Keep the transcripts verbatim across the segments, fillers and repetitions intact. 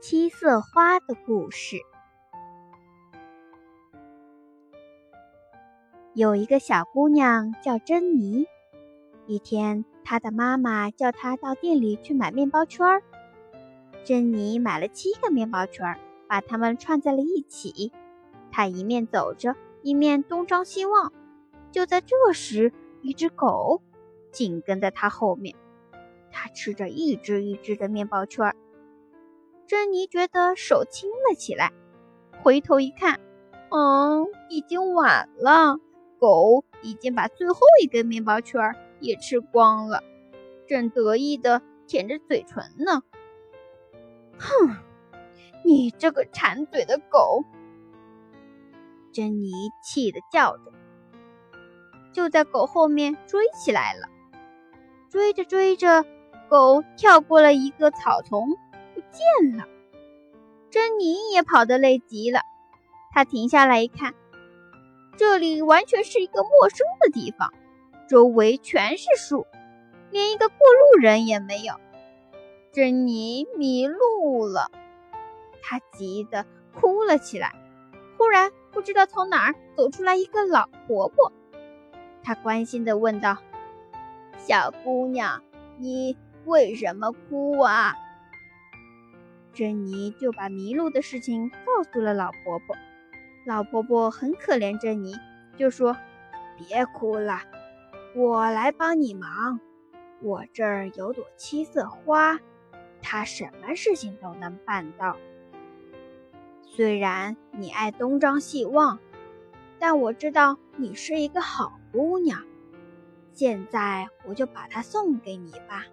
七色花的故事。有一个小姑娘叫珍妮，一天她的妈妈叫她到店里去买面包圈儿。珍妮买了七个面包圈儿，把它们串在了一起。她一面走着，一面东张西望。就在这时，一只狗紧跟在她后面，它吃着一只一只的面包圈儿。珍妮觉得手轻了起来，回头一看，嗯，已经晚了，狗已经把最后一根面包圈也吃光了，正得意地舔着嘴唇呢。哼，你这个馋嘴的狗！珍妮气得叫着，就在狗后面追起来了。追着追着，狗跳过了一个草丛，不见了。珍妮也跑得累极了，她停下来一看，这里完全是一个陌生的地方，周围全是树，连一个过路人也没有。珍妮迷路了，她急得哭了起来。忽然不知道从哪儿走出来一个老婆婆，她关心地问道：小姑娘，你为什么哭啊？珍妮就把迷路的事情告诉了老婆婆。老婆婆很可怜珍妮，就说：别哭了，我来帮你忙。我这儿有朵七色花，它什么事情都能办到。虽然你爱东张西望，但我知道你是一个好姑娘。现在我就把它送给你吧。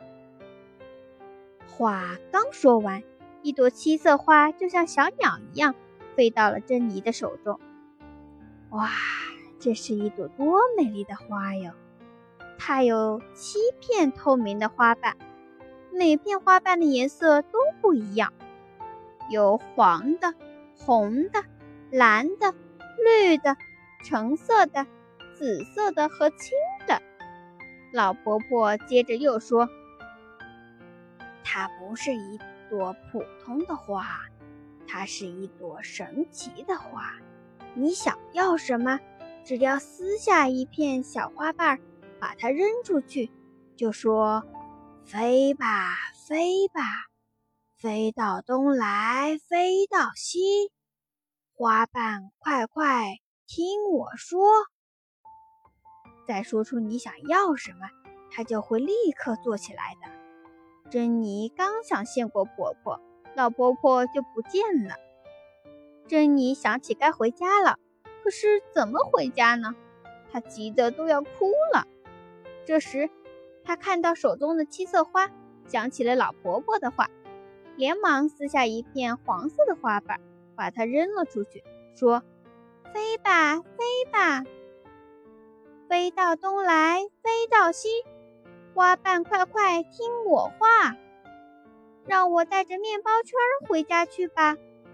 话刚说完，一朵七色花就像小鸟一样飞到了珍妮的手中。哇，这是一朵多美丽的花哟！它有七片透明的花瓣，每片花瓣的颜色都不一样，有黄的、红的、蓝的、绿的、橙色的、紫色的和青的。老婆婆接着又说，它不是一朵普通的花，它是一朵神奇的花。你想要什么，只要撕下一片小花瓣，把它扔出去，就说飞吧飞吧，飞到东来飞到西，花瓣快快听我说。再说出你想要什么，它就会立刻做起来的。珍妮刚想谢过婆婆，老婆婆就不见了。珍妮想起该回家了，可是怎么回家呢？她急得都要哭了。这时，她看到手中的七色花，想起了老婆婆的话，连忙撕下一片黄色的花瓣，把它扔了出去，说：飞吧飞吧，飞到东来飞到西，花瓣快快听我话，让我带着面包圈回家去吧。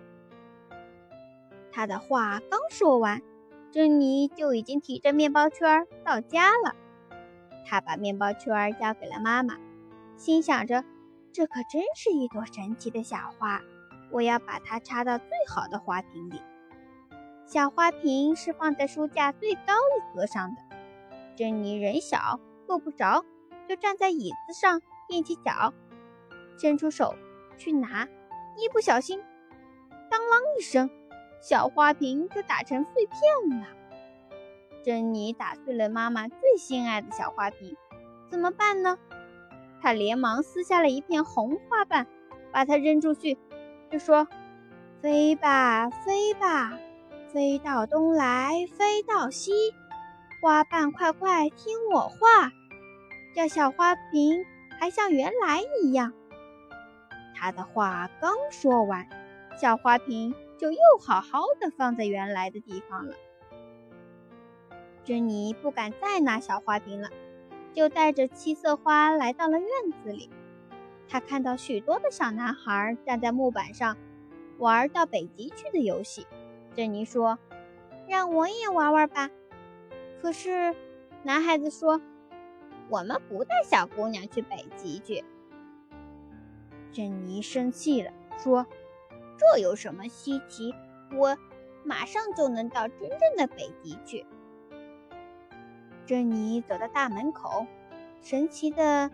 他的话刚说完，珍妮就已经提着面包圈到家了。她把面包圈交给了妈妈，心想着，这可真是一朵神奇的小花，我要把它插到最好的花瓶里。小花瓶是放在书架最高一格上的，珍妮人小够不着，就站在椅子上踮起脚，伸出手去拿，一不小心，当啷一声，小花瓶就打成碎片了。珍妮打碎了妈妈最心爱的小花瓶，怎么办呢？她连忙撕下了一片红花瓣，把它扔出去，就说：飞吧飞吧，飞到东来飞到西，花瓣快快听我话，叫小花瓶还像原来一样。她的话刚说完，小花瓶就又好好的放在原来的地方了。珍妮不敢再拿小花瓶了，就带着七色花来到了院子里。她看到许多的小男孩站在木板上玩到北极去的游戏。珍妮说：让我也玩玩吧。可是男孩子说：我们不带小姑娘去北极去。珍妮生气了，说： 这有什么稀奇？我马上就能到真正的北极去。珍妮走到大门口，神奇的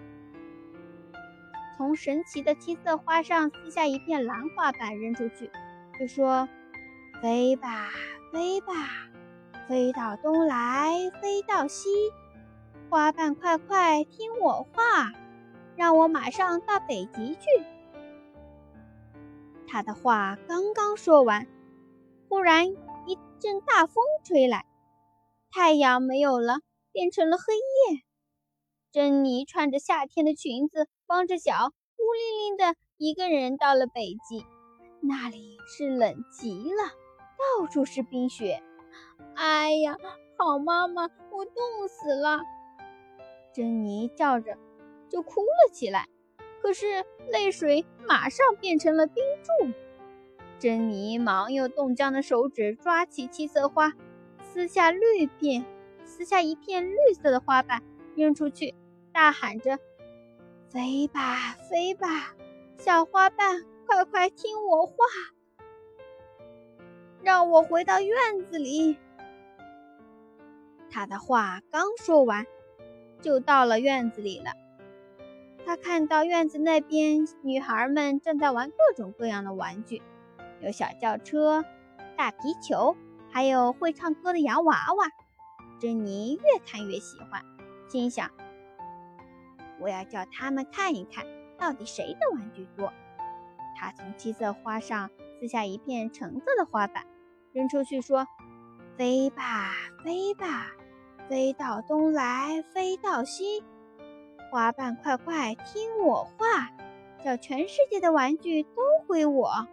从神奇的七色花上撕下一片蓝花瓣扔出去，就说：飞吧，飞吧，飞到东来，飞到西，花瓣快快听我话，让我马上到北极去。他的话刚刚说完，忽然一阵大风吹来，太阳没有了，变成了黑夜。珍妮穿着夏天的裙子，光着脚，孤零零的一个人到了北极。那里是冷极了，到处是冰雪。哎呀，好妈妈，我冻死了！珍妮叫着就哭了起来，可是泪水马上变成了冰柱。珍妮忙用冻僵的手指抓起七色花，撕下绿片，撕下一片绿色的花瓣扔出去，大喊着：飞吧，飞吧，小花瓣，快快听我话，让我回到院子里。他的话刚说完，就到了院子里了。他看到院子那边女孩们正在玩各种各样的玩具，有小轿车、大皮球，还有会唱歌的洋娃娃。珍妮越看越喜欢，心想：我要叫他们看一看，到底谁的玩具多。她从七色花上撕下一片橙色的花瓣，扔出去说：飞吧，飞吧，飞到东来，飞到西，花瓣快快听我话，叫全世界的玩具都归我。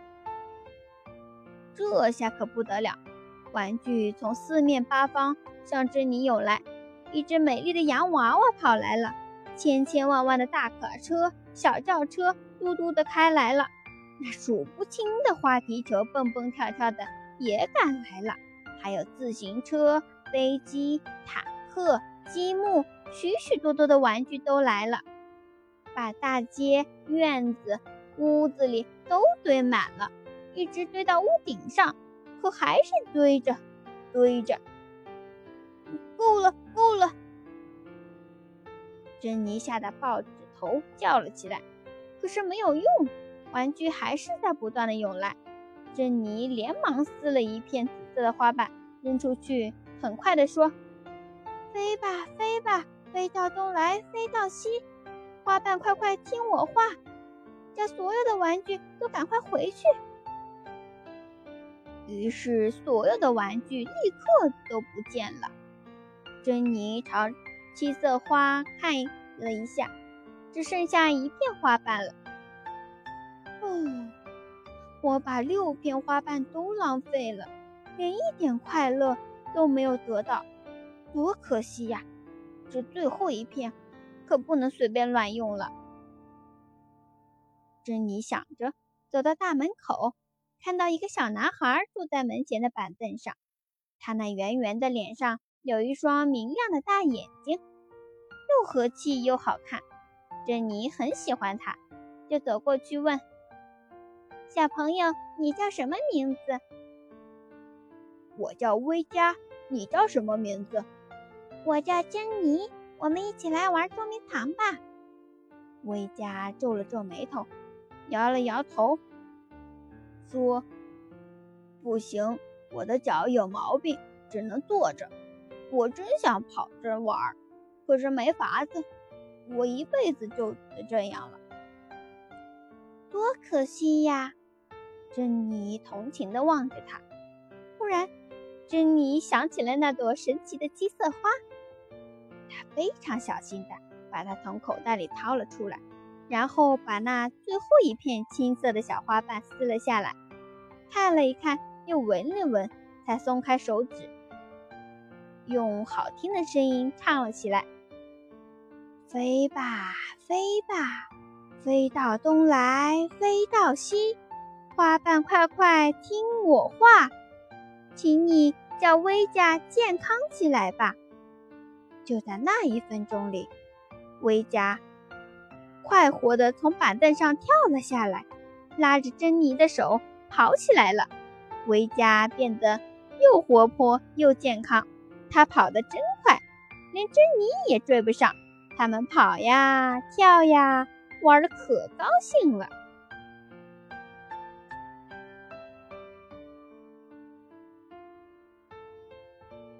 这下可不得了，玩具从四面八方向珍妮涌来，一只美丽的洋娃娃跑来了，千千万万的大卡车、小轿车嘟嘟地开来了，那数不清的花皮球蹦蹦跳跳的也赶来了，还有自行车、飞机、坦克、积木，许许多多的玩具都来了，把大街、院子、屋子里都堆满了，一直堆到屋顶上，可还是堆着堆着。够了，够了！珍妮吓得抱着头叫了起来，可是没有用，玩具还是在不断的涌来。珍妮连忙撕了一片紫色的花瓣扔出去，很快地说：飞吧，飞吧，飞到东来，飞到西，花瓣快快听我话，叫所有的玩具都赶快回去。于是所有的玩具立刻都不见了。珍妮朝七色花看了一下，只剩下一片花瓣了。哦，我把六片花瓣都浪费了，连一点快乐都没有得到，多可惜呀！这最后一片可不能随便乱用了。珍妮想着，走到大门口，看到一个小男孩坐在门前的板凳上，他那圆圆的脸上有一双明亮的大眼睛，又和气又好看。珍妮很喜欢他，就走过去问：小朋友，你叫什么名字？我叫薇佳，你叫什么名字？我叫珍妮，我们一起来玩捉迷藏吧。薇佳皱了皱眉头，摇了摇头，说：不行，我的脚有毛病，只能坐着。我真想跑着玩，可是没法子，我一辈子就得这样了。多可惜呀！珍妮同情地望着他。忽然，珍妮想起了那朵神奇的七色花，她非常小心地把它从口袋里掏了出来，然后把那最后一片青色的小花瓣撕了下来，看了一看，又闻了闻，才松开手指，用好听的声音唱了起来：飞吧，飞吧，飞到东来，飞到西，花瓣快快听我话，请你叫薇佳健康起来吧。就在那一分钟里，薇佳快活地从板凳上跳了下来， 拉着珍妮的手跑起来了。维嘉变得又活泼又健康，他跑得真快，连珍妮也追不上。他们跑呀跳呀，玩得可高兴了。